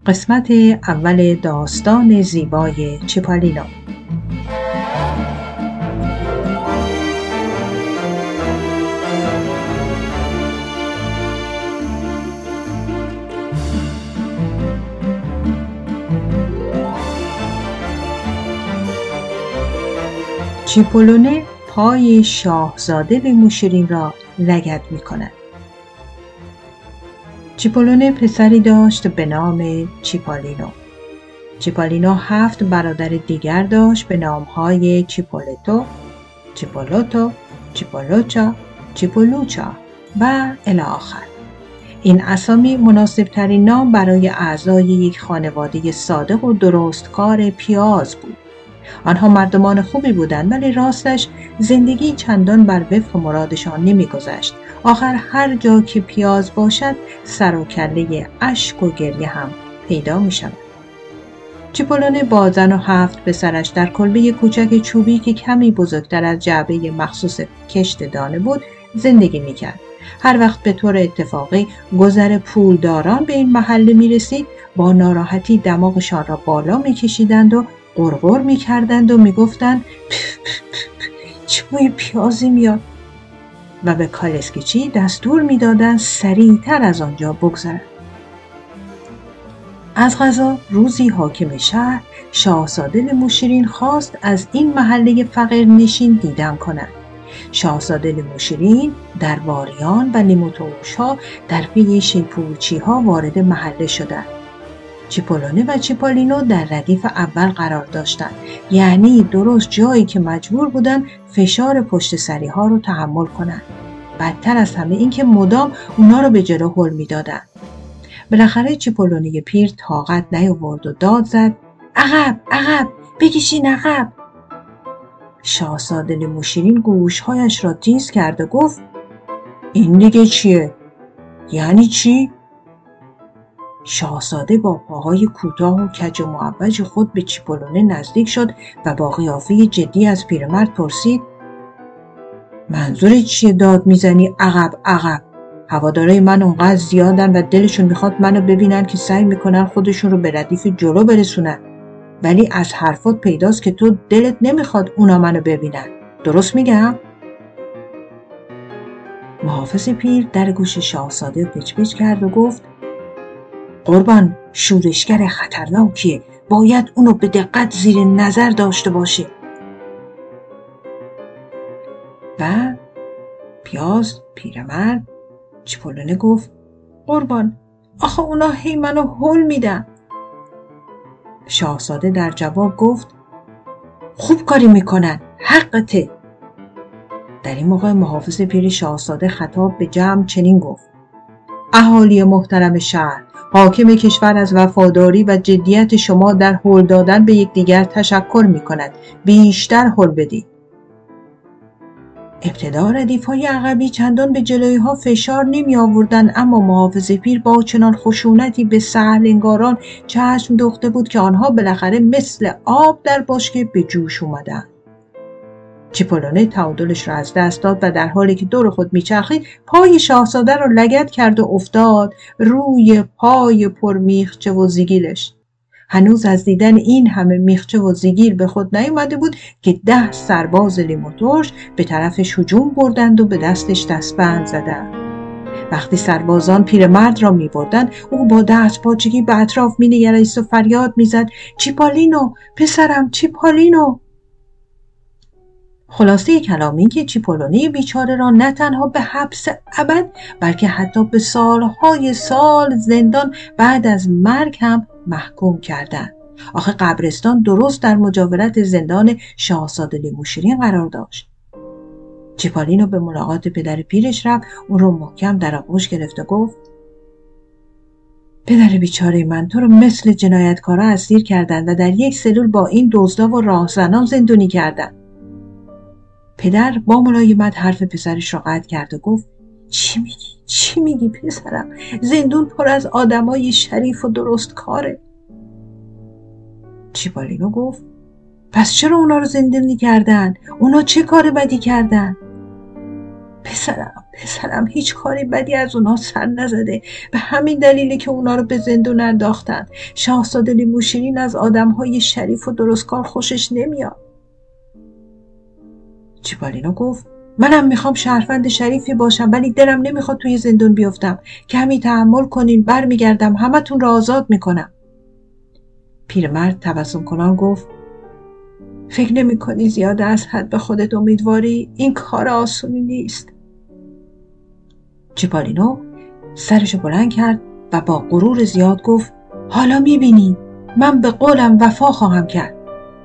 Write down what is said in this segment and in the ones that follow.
قسمت اول داستان زیبای چیپالینو. چیپولونه پای شاهزاده لیمو شیرین را لگد می کند. چیپولونه پسری داشت به نام چیپالینو. چیپالینو 7 برادر دیگر داشت به نامهای چیپولتو، چیپولوتو، چیپولوچا، چیپولوچا و الی آخر. این اسامی مناسب ترین نام برای اعضای یک خانواده صادق و درستکار پیاز بود. آنها مردمان خوبی بودند، ولی راستش زندگی چندان بر وفق مرادشان نمی‌گذشت. آخر هر جا که پیاز باشد سر و کله اشک و گریه هم پیدا می‌شود. چیپولونه با زن و 7 پسرش در کلبه کوچک چوبی که کمی بزرگتر از جعبه مخصوص کشت دانه بود زندگی می‌کرد. هر وقت به طور اتفاقی گذر پولداران به این محله می‌رسید، با ناراحتی دماغشان را بالا می‌کشیدند و غرغر می‌کردند و می‌گفتند چه بوی پیازی میاد، و به کالسکیچی دستور می‌دادند سریعتر از آنجا بگذرد. از قضا روزی حاکم شهر شاهزاده لیمو شیرین خواست از این محله فقیرنشین دیدن کند. شاهزاده لیمو شیرین، درباریان و لیموترش‌ها در پی شیپورچی‌ها وارد محله شدند. چیپولونه و چیپالینو در ردیف اول قرار داشتند، یعنی درست جایی که مجبور بودند فشار پشت سری ها رو تحمل کنند. بدتر از همه این که مدام اونا رو به جلو هل میدادند. بالاخره چیپولونه پیر طاقت نیاورد و داد زد: عقب عقب، بکشین عقب. شاهزاده لیمو شیرین گوشهایش را تیز کرد و گفت: این دیگه چیه؟ یعنی چی؟ شاهزاده با پاهای کوتاه و کج و معوج خود به چیپولونه نزدیک شد و با قیافه جدی از پیرمرد پرسید: منظورت چیه داد میزنی عقب عقب؟ هوادارای من اونقدر زیادن و دلشون میخواد منو ببینن که سعی میکنن خودشون رو به ردیف جلو برسونن، ولی از حرفات پیداست که تو دلت نمیخواد اونا منو ببینن. درست میگم؟ محافظ پیر در گوش شاهزاده پچ کرد و گفت: قربان، شورشگر خطرناکیه، باید اونو به دقت زیر نظر داشته باشه. و پیاز پیرمرد چیپولونه گفت: قربان، آخه اونا هی منو هول میدن. شاهزاده در جواب گفت: خوب کاری میکنن، حقته. در این موقع محافظ پیر شاهزاده خطاب به جمع چنین گفت: اهالی محترم شهر، حاکم کشور از وفاداری و جدیت شما در هول دادن به یکدیگر تشکر می‌کند. بیشتر هول بدید. ابتدا ردیف‌های عقبی چندان به جلوی‌ها فشار نمی‌آوردند، اما محافظ پیر با چنان خشونتی به سهل‌انگاران چشم دوخته بود که آنها بالاخره مثل آب در بشکه به جوش اومدند. چیپولونه تعادلش را از دست داد و در حالی که دور خود میچرخید پای شاهزاده را لگد کرد و افتاد روی پای پر میخچه و زیگیلش. هنوز از دیدن این همه میخچه و زیگیل به خود نیامده بود که 10 سرباز لیموترش به طرفش هجوم بردند و به دستش دستبند زدند. وقتی سربازان پیرمرد را میبردند، او با دستپاچگی به اطراف مینگریست و فریاد میزد: چیپالینو، پسرم، چیپالینو. خلاصه کلام این که چیپولونه بیچاره را نه تنها به حبس ابد، بلکه حتی به سالهای سال زندان بعد از مرگ هم محکوم کردند. آخه قبرستان درست در مجاورت زندان شاهزاده لیمو شیرین قرار داشت. چیپالینو به ملاقات پدر پیرش رفت، اون رو محکم در آغوش گرفت و گفت: پدر بیچاره من، تو رو مثل جنایتکارا اسیر کردند و در یک سلول با این دزدا و راهزنان زندانی کردند. پدر با ملایمت حرف پسرش را قطع کرد و گفت: چی میگی پسرم؟ زندون پر از آدمای شریف و درست کاره. چیپالینو گفت: پس چرا اونا رو زندانی کردن؟ اونا چه کار بدی کردن؟ پسرم هیچ کاری بدی از اونا سر نزده، به همین دلیلی که اونا رو به زندون انداختن. شاهزاده لیموشیرین از آدمهای شریف و درستکار خوشش نمیاد. چیپالینو گفت منم میخوام شهروند شریفی باشم، ولی دلم نمیخواد توی زندون بیفتم. کمی تحمل کنین، برمیگردم همتون رو آزاد میکنم. پیرمرد تبسم کنان گفت فکر نمی‌کنی زیاد از حد به خودت امیدواری؟ این کار آسونی نیست. چیپالینو سرشو بلند کرد و با غرور زیاد گفت حالا میبینی من به قولم وفا خواهم کرد.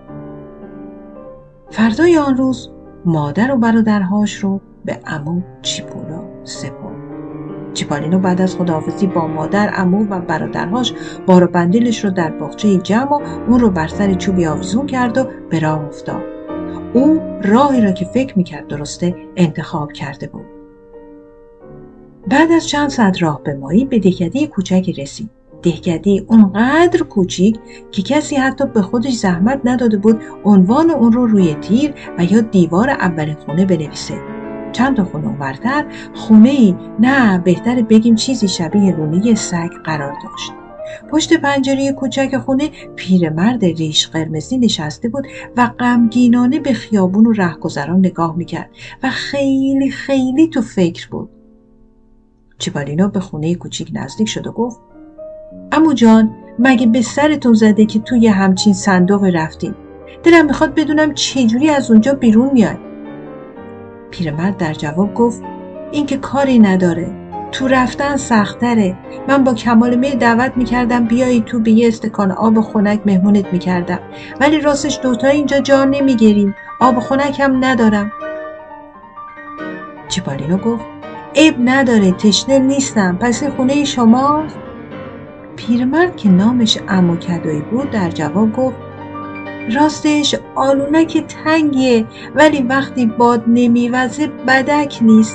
فردای آن روز مادر و برادرهاش رو به عمو چیپولا سپرد. چیپالینو بعد از خداحافظی با مادر، عمو و برادرهاش بار و بندیلش رو در باغچه جمع و اون رو بر سر چوبی آویزون کرد و به راه افتاد. او راهی را که فکر میکرد درسته انتخاب کرده بود. بعد از چند ساعت راه پیمایی به دهکده کوچکی رسید. دهکده اونقدر کوچیک که کسی حتی به خودش زحمت نداده بود عنوان اون رو روی تیر و یا دیوار اولین خونه بنویسه. چند تا خونه اونورتر خونه‌ای، نه بهتره بگیم چیزی شبیه لونه سگ قرار داشت. پشت پنجره کوچک خونه پیرمرد ریش قرمزی نشسته بود و غمگینانه به خیابون و رهگذران نگاه میکرد و خیلی خیلی تو فکر بود. چیپالینو به خونه کوچیک نزدیک شد و گفت عمو جان، مگه به سرتون زده که توی همچین صندوق رفتیم؟ دلم میخواد بدونم چجوری از اونجا بیرون میای. پیرمرد در جواب گفت این که کاری نداره، تو رفتن سخت‌تره. من با کمال میل دعوت میکردم بیایی تو، به یه استکان آب خنک مهمونت میکردم، ولی راستش دوتا اینجا جا نمیگیریم، آب خنک هم ندارم. چیپالینو گفت عیب نداره، تشنه نیستم، پس این خونه شماست؟ پیرمرد که نامش عمو کدویی بود در جواب گفت راستش آلونک تنگیه، ولی وقتی باد نمیوزه بدک نیست.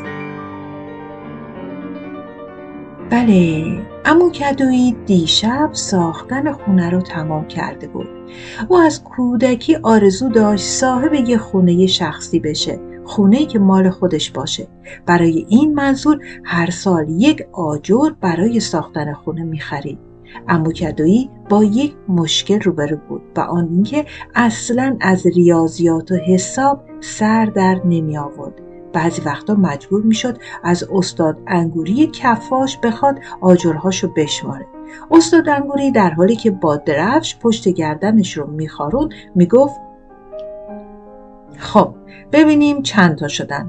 بله، عمو کدویی دیشب ساختن خونه رو تمام کرده بود. او از کودکی آرزو داشت صاحب یه خونه شخصی بشه، خونه‌ای که مال خودش باشه. برای این منظور هر سال یک آجر برای ساختن خونه می‌خرید. عمو کدویی با یک مشکل روبرو بود و آن اینکه اصلاً از ریاضیات و حساب سر در نمی آورد. بعضی وقتا مجبور می شد از استاد انگوری کفاش بخواد آجرهاشو بشماره. استاد انگوری در حالی که با درفش پشت گردنش رو می خاروند می گفت خب ببینیم چند تا شدن.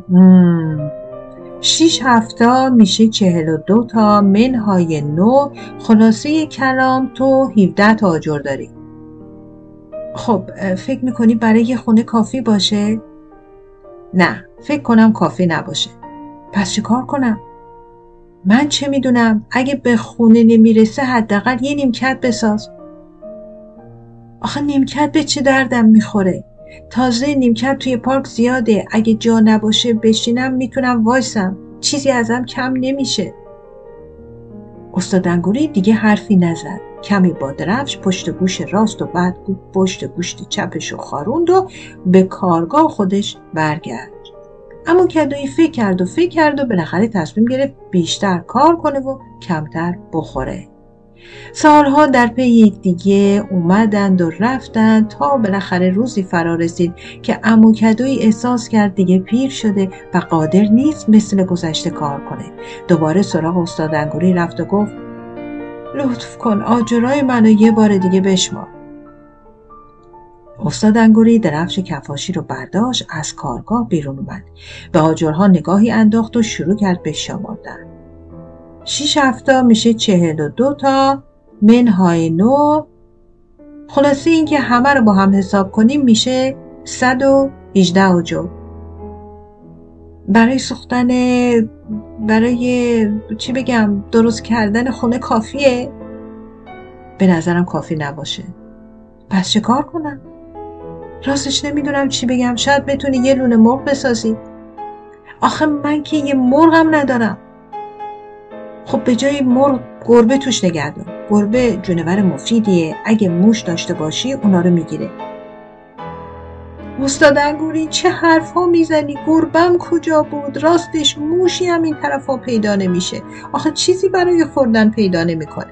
6 هفته میشه 42 تا، منهای 9، خلاصه کلام تو 17 تا آجر داری. خب فکر میکنی برای یه خونه کافی باشه؟ نه، فکر کنم کافی نباشه. پس چه کار کنم؟ من چه میدونم، اگه به خونه نمیرسه حداقل یه نیمکت بساز. آخه نیمکت به چه دردم میخوره؟ تازه نیمکت توی پارک زیاده، اگه جا نباشه بشینم میتونم وایسم، چیزی ازم کم نمیشه. استاد انگوری دیگه حرفی نزد. کمی با درفش پشت گوش راست و بعد پشت گوش چپش رو خاروند و به کارگاه خودش برگشت. اما کدویی فکر کرد و بالاخره تصمیم گرفت بیشتر کار کنه و کمتر بخوره. سالها در پی یکدیگه اومدند و رفتند تا بالاخره روزی فرا رسید که عمو کدویی احساس کرد دیگه پیر شده و قادر نیست مثل گذشته کار کنه. دوباره سراغ استاد انگوری رفت و گفت لطف کن آجرای منو یه بار دیگه بشمار. استاد انگوری درفش کفاشی رو برداشت، از کارگاه بیرون اومد، به آجرها نگاهی انداخت و شروع کرد به شمردن. 6 هفته میشه 42 تا، منهای 9، خلاصه این که همه رو با هم حساب کنیم میشه 118 آجر. برای ساختن، برای چی بگم، درست کردن خونه کافیه؟ به نظرم کافی نباشه. پس چه کار کنم؟ راستش نمیدونم چی بگم. شاید بتونی یه لونه مرغ بسازی. آخه من که یه مرغم ندارم. خب به جای مرغ گربه توش نگه دار. گربه جونور مفیدیه، اگه موش داشته باشی اونا رو میگیره. استاد انگوری چه حرفا میزنی؟ گربم کجا بود؟ راستش موشی هم این طرفا پیدا نمیشه. آخه چیزی برای خوردن پیدا نمیکنه.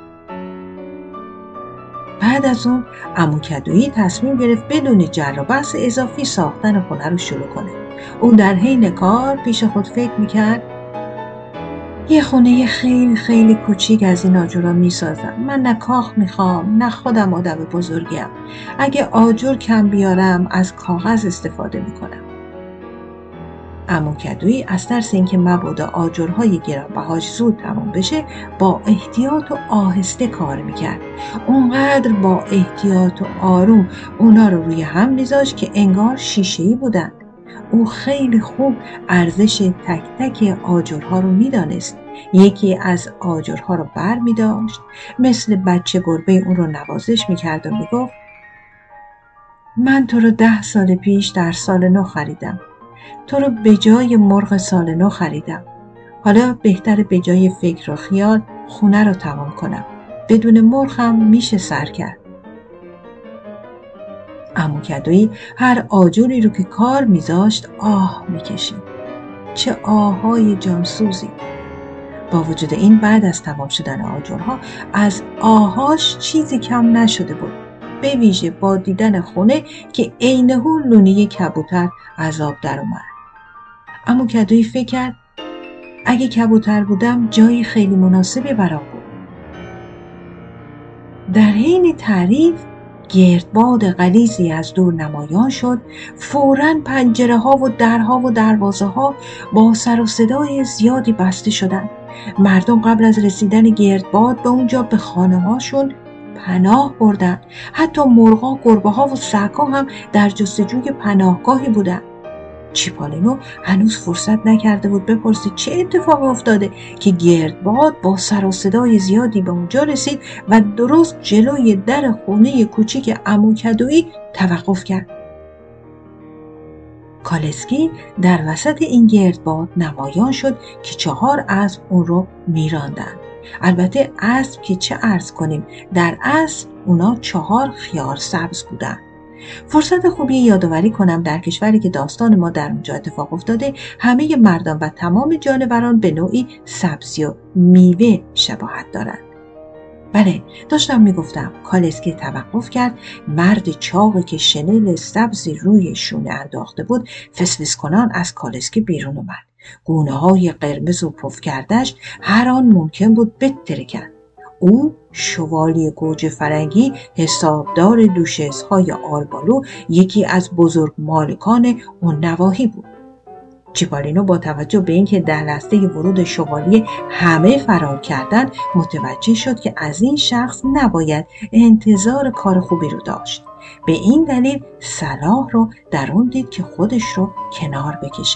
بعد از اون عمو کدویی تصمیم گرفت بدون جر و بحث اضافی ساختن خونه رو شروع کنه. اون در حین کار پیش خود فکر میکرد یه خونه خیلی خیلی کوچیک از این آجرها میسازم. من نه کاخ میخوام نه خودم آدم بزرگیم. اگه آجر کم بیارم از کاغذ استفاده میکنم. عمو کدویی از ترس اینکه مبادا آجرهای گرانبهاش زود تمام بشه با احتیاط و آهسته کار میکرد. اونقدر با احتیاط و آروم اونا رو روی هم میذاشت که انگار شیشه‌ای بودن. او خیلی خوب ارزش تک تک آجرها رو میدانست. یکی از آجرها رو بر میداشت، مثل بچه گربه اون رو نوازش میکرد و میگفت من تو رو 10 سال پیش در سال نو خریدم. تو رو به جای مرغ سال نو خریدم. حالا بهتره به جای فکر و خیال خونه رو تمام کنم. بدون مرغ هم میشه سر کرد. عمو کدویی هر آجری رو که کار میذاشت آه میکشید. چه آهای جانسوزی! با وجود این بعد از تمام شدن آجرها از آهاش چیزی کم نشده بود. به ویژه با دیدن خونه که عینه‌هو لونه کبوتر از آب در اومد. عمو کدویی فکر کرد اگه کبوتر بودم جایی خیلی مناسبی برام بود. در حین تعریف گردباد غلیظی از دور نمایان شد. فوراً پنجره ها و درها و دروازه ها با سر و صدای زیادی بسته شدند. مردم قبل از رسیدن گردباد به اونجا به خانه هاشون پناه بردن. حتی مرغا، گربه ها و سگ‌ها هم در جستجوی پناهگاهی بودند. چیپالینو هنوز فرصت نکرده بود بپرسه چه اتفاق افتاده که گردباد با سر و صدای زیادی به اونجا رسید و درست جلوی در خونه کوچیک عمو کدویی توقف کرد. کالسکی در وسط این گردباد نمایان شد که 4 اسب اون رو میراندن. البته اسب که چه عرض کنیم، در اصل اونا 4 خیار سبز بودن. فرصت خوبی یادآوری کنم در کشوری که داستان ما در اونجا اتفاق افتاده همه مردان و تمام جانوران به نوعی سبزی و میوه شباهت دارند. بله، داشتم میگفتم. کالسکی توقف کرد. مرد چاقی که شنل سبزی روی شونه انداخته بود فسفس کنان از کالسکی بیرون اومد. گونه های قرمز و پف کردش هر آن ممکن بود بترکند. او شوالیه گوجه فرنگی، حسابدار دوشیزهای آلبالو، یکی از بزرگ مالکان اون نواحی بود. چیپالینو با توجه به اینکه در لحظه ورود شوالیه همه فرار کردند متوجه شد که از این شخص نباید انتظار کار خوبی رو داشت. به این دلیل صلاح رو در اون دید که خودش رو کنار بکشه.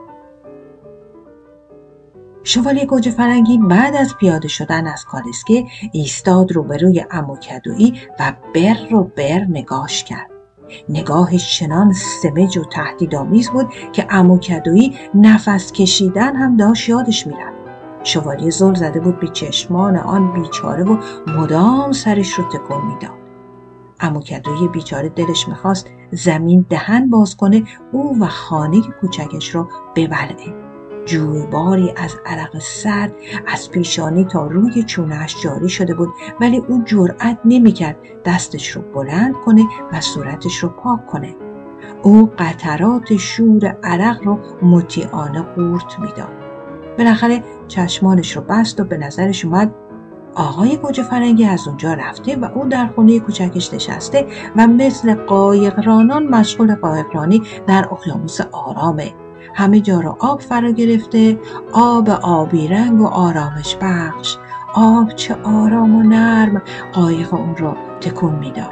شوالیه گوجه فرنگی بعد از پیاده شدن از کالسکی ایستاد روبروی عمو کدویی و بر نگاش کرد. نگاهش چنان سمج و تهدیدآمیز بود که عمو کدویی نفس کشیدن هم داشت یادش میرفت. شوالیه زل زده بود به چشمان آن بیچاره و مدام سرش رو تکون میداد. عمو کدویی بیچاره دلش میخواست زمین دهن باز کنه او و خانه کوچکش رو ببلعه. جویباری از عرق سرد از پیشانی تا روی چونه‌اش جاری شده بود، ولی او جرأت نمی‌کرد دستش رو بلند کنه و صورتش رو پاک کنه. او قطرات شور عرق رو مطیعانه قورت میداد. بالاخره چشمانش رو بست و به نظرش اومد آقای گوجه فرنگی از اونجا رفته و او در خونه کوچکش نشسته و مثل قایقرانان مشغول قایقرانی در اقیانوس آرامه. همه جا رو آب فرا گرفته، آب آبی رنگ و آرامش بخش. آب چه آرام و نرم قایق اون رو تکون میداد.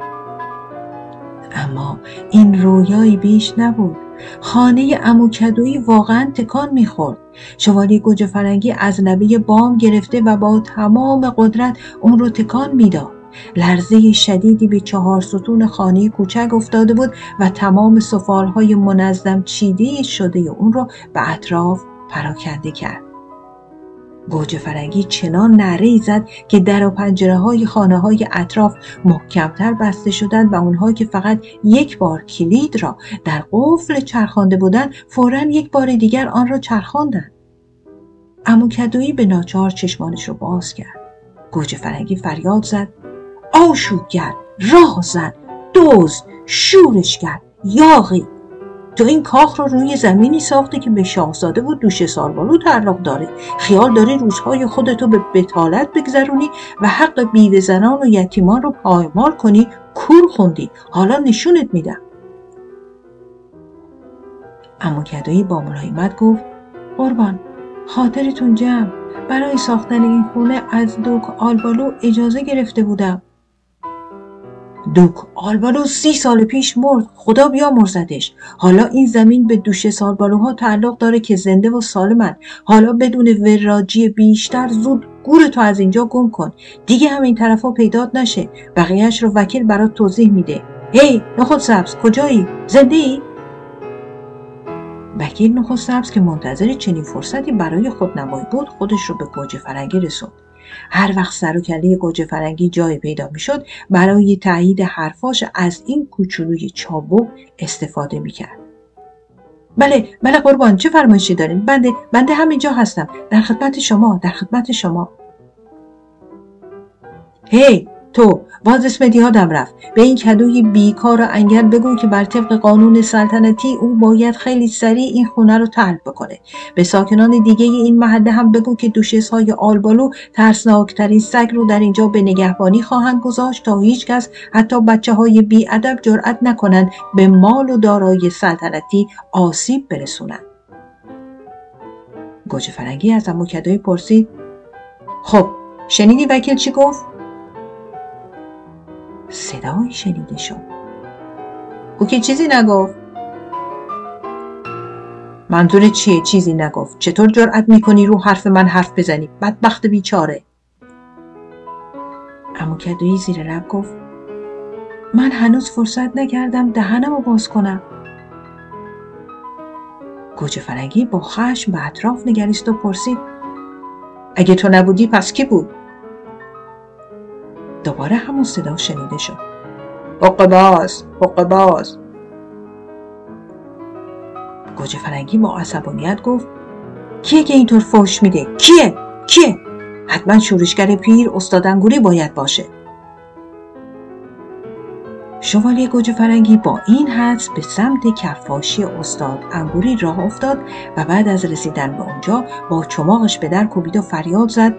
اما این رویایی بیش نبود. خانه عمو کدویی واقعا تکان میخورد. شوالیه گوجه فرنگی از لبه بام گرفته و با تمام قدرت اون رو تکان میداد. لرزه شدیدی به 4 ستون خانه کوچک افتاده بود و تمام سفالهای منظم چیده شده اون رو به اطراف پراکنده کرد. گوجه فرنگی چنان نعره‌ای زد که در و پنجره های خانه های اطراف محکمتر بسته شدند و اونها که فقط یک بار کلید را در قفل چرخانده بودند فوراً یک بار دیگر آن را چرخاندند. عمو کدویی به ناچار چشمانش را باز کرد. گوجه فرنگی فریاد زد: آشوبگر، راه زن، دزد، شورشگر، یاغی! تو این کاخ رو روی زمینی ساختی که به شاهزاده و دوشه سالبالو تعلق داره. خیال داری روزهای خودتو به بتالت بگذرونی و حق بیوه زنان و یتیمان رو پایمال کنی. کور خوندی. حالا نشونت میدم. عمو کدویی با ملایمت گفت: قربان، خاطرتون جمع. برای ساختن این خونه از دوک آلبالو اجازه گرفته بودم. دوک آلبالو 30 سال پیش مرد. خدا بیامرزدش. حالا این زمین به دوشه سالبالوها تعلق داره که زنده و سالمن. حالا بدون وراجی بیشتر زود گورتو از اینجا گم کن. دیگه همین طرفا پیدات نشه. بقیهش رو وکیل برات توضیح میده. هی نخود سبز، کجایی؟ زنده ای؟ وکیل نخود سبز که منتظر چنین فرصتی برای خودنمایی بود خودش رو به گوجه فرنگی رسوند. هر وقت سر و کله گوجه فرنگی جای پیدا میشد برای تایید حرفاش از این کوچولوی چابک استفاده میکرد. بله قربان، چه فرمایشی دارین؟ بنده همینجا هستم. در خدمت شما. هی تو، باز اسمت یادم رفت. به این کدوی بیکار و انگل بگو که بر طبق قانون سلطنتی او باید خیلی سریع این خونه رو ترک بکنه. به ساکنان دیگه این محله هم بگو که دوشیزهای آلبالو ترسناکترین سگ رو در اینجا به نگهبانی خواهند گذاشت تا هیچ کس، حتی بچه‌های بی‌ادب، جرأت نکنند به مال و دارایی سلطنتی آسیب برسونن. گوجه فرنگی از عمو کدویی پرسید: خب شنیدی وکیل چی گفت؟ صدایی شنیده شد. او که چیزی نگفت. منظور چیه چیزی نگفت؟ چطور جرأت میکنی رو حرف من حرف بزنی؟ بدبخت بیچاره. عمو کدویی زیر لب گفت: من هنوز فرصت نکردم دهنمو باز کنم. گوجه فرنگی با خشم به اطراف نگریست و پرسید: اگه تو نبودی پس کی بود؟ دوباره همون صدا شنیده شد: حقه باز. گوجه فرنگی با عصبانیت گفت: کیه که اینطور فحش میده؟ کیه؟ حتما شورشگر پیر استاد انگوری باید باشه. شوالیه گوجه فرنگی با این حدس به سمت کفاشی استاد انگوری راه افتاد و بعد از رسیدن به اونجا با چماقش به در کوبید و فریاد زد: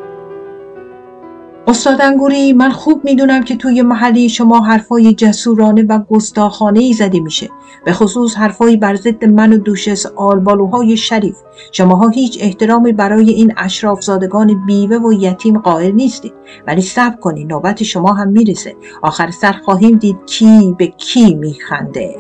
استاد انگوری، من خوب میدونم که توی محله شما حرفای جسورانه و گستاخانه‌ای زده میشه، به خصوص حرفایی بر ضد من و دوشس آلبالوهای شریف. شماها هیچ احترامی برای این اشرافزادگان بیوه و یتیم قائل نیستید. ولی صبر کنید، نوبت شما هم میرسه. آخر سر خواهیم دید کی به کی میخنده.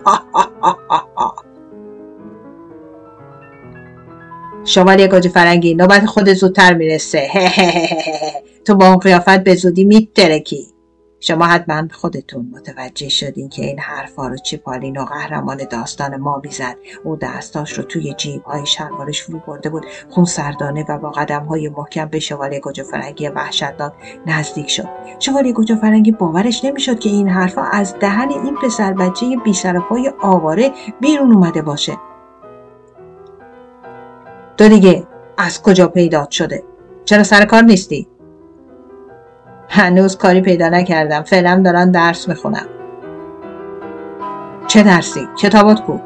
شوالیه گوجه فرنگی، نوبت خود زودتر میرسه. تو با اون قیافت به زودی میترکی. شما حتما خودتون متوجه شدین که این حرفا رو چیپالینو قهرمان داستان ما میزد. او دستاش رو توی جیب‌های شلوارش فرو برده بود، خون سردانه و با قدم‌های محکم به شوالیه گوجه فرنگی وحشتناک نزدیک شد. شوالیه گوجه فرنگی باورش نمیشد که این حرفا از دهن این پسر بچه بی سر و پای آواره بیرون اومده باشه. تو دیگه از کجا پیدات شده؟ چرا سر کار نیستی؟ هنوز کاری پیدا نکردم. فعلا دارم درس میخونم. چه درسی؟ کتابات کو؟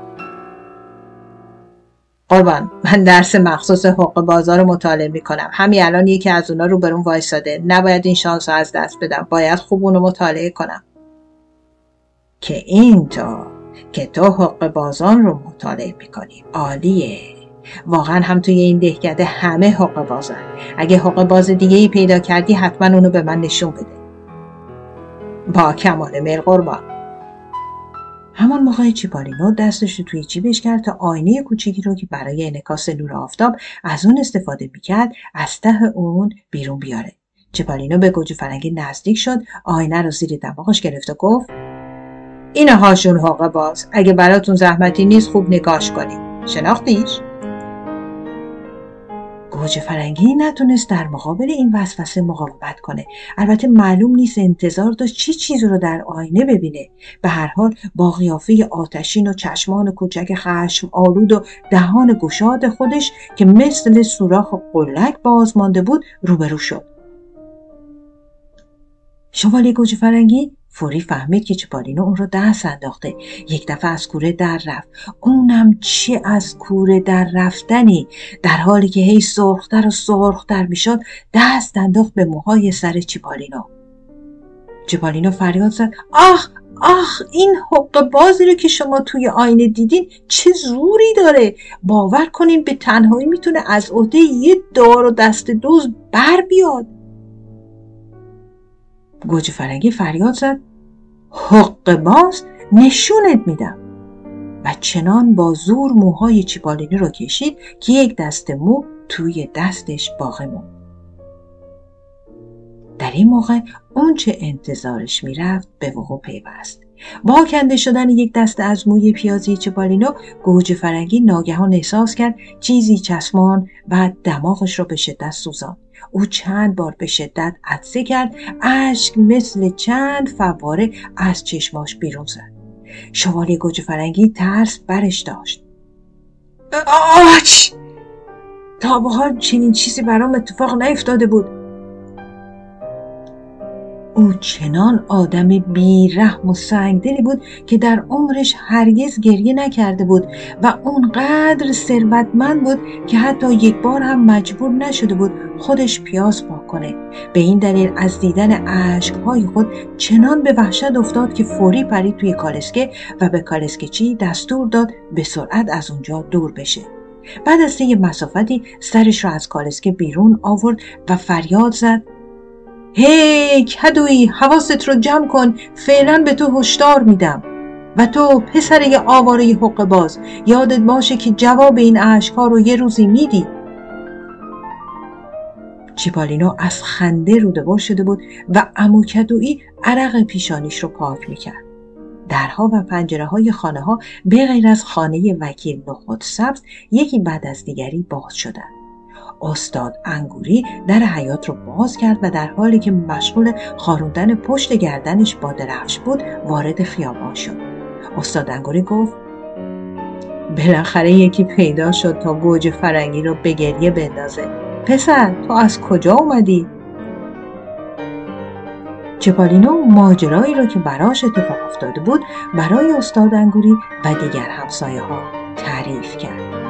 قربان، من درس مخصوص حقه بازار رو مطالعه میکنم. همین الان یکی از اونا رو برام وایساده. نباید این شانس رو از دست بدم. باید خوب اونو مطالعه کنم. که اینطور که تو حقه بازار رو مطالعه میکنی عالیه. واقعا هم توی این دهکده همه حقه بازن. اگه حقه باز دیگه ای پیدا کردی حتما اونو به من نشون بده. با کمال میل قربان. همان موقع چیپالینو دستش رو توی جیبش کرد تا آینه کوچیکی رو که برای انعکاس نور آفتاب از اون استفاده میکرد از ته اون بیرون بیاره. چیپالینو به گوجه فرنگی نزدیک شد، آینه رو زیر دماغش گرفت و گفت: اینه هاشون حقه باز. اگه براتون زحمتی نیست خوب نگاش کنید. شناختیش؟ گوجه فرنگی نتونست در مقابل این وسوسه مقاومت کنه. البته معلوم نیست انتظار داشت چیزی رو در آینه ببینه. به هر حال با قیافه آتشین و چشمان کوچک خشم آلود و دهان گشاد خودش که مثل سوراخ قلک باز مانده بود روبرو شد. شوالیه گوجه فرنگی فوری فهمید که چیپالینو اون رو دست انداخته. یک دفعه از کوره در رفت. اونم چه از کوره در رفتنی! در حالی که هی سرختر و سرختر میشد دست انداخت به موهای سر چیپالینو. چیپالینو فریاد زد: آخ آخ، این حقه بازی رو که شما توی آینه دیدین چه زوری داره! باور کنین به تنهایی میتونه از عهده یه دار و دست دزد بر بیاد. گوجه فرنگی فریاد زد: حقه باز؟ نشونت میدم. و چنان با زور موهای چیپالینو رو کشید که یک دست مو توی دستش باقی موند. در این موقع اون چه انتظارش میرفت به وقوع پیوست. با کنده شدن یک دست از موی پیازی چیپالینو، گوجه فرنگی ناگهان احساس کرد چیزی چسبان و دماغش رو به شدت سوزاند. او چند بار به شدت عطسه کرد. اشک مثل چند فواره از چشماش بیرون زد. شوالیه گوجه فرنگی ترس برش داشت. آچ! تا به حال چنین چیزی برام اتفاق نیفتاده بود. او چنان آدم بی‌رحم و سنگدلی بود که در عمرش هرگز گریه نکرده بود و اونقدر ثروتمند بود که حتی یک بار هم مجبور نشده بود خودش پیاز پاک کنه. به این دلیل از دیدن اشک‌های خود چنان به وحشت افتاد که فوری پرید توی کالسکه و به کالسکه‌چی دستور داد به سرعت از اونجا دور بشه. بعد از طی مسافتی سرش را از کالسکه بیرون آورد و فریاد زد: هی کدویی، حواست رو جمع کن، فعلا به تو هشدار میدم. و تو پسر آواره حقه باز، یادت باشه که جواب این اشک‌ها رو یه روزی میدی. چیپالینو از خنده روده‌بر شده بود و عمو کدویی عرق پیشانیش رو پاک میکرد. درها و پنجره‌های خانه‌ها به غیر از خانه وکیل نخود سبز یکی بعد از دیگری باز شدند. استاد انگوری در حیاط رو باز کرد و در حالی که مشغول خاروندن پشت گردنش با درفش بود وارد خیابان شد. استاد انگوری گفت: بالاخره یکی پیدا شد تا گوجه فرنگی رو به گریه بندازه. پسر، تو از کجا اومدی؟ چیپالینو ماجرایی رو که براش اتفاق افتاده بود برای استاد انگوری و دیگر همسایه‌ها تعریف کرد.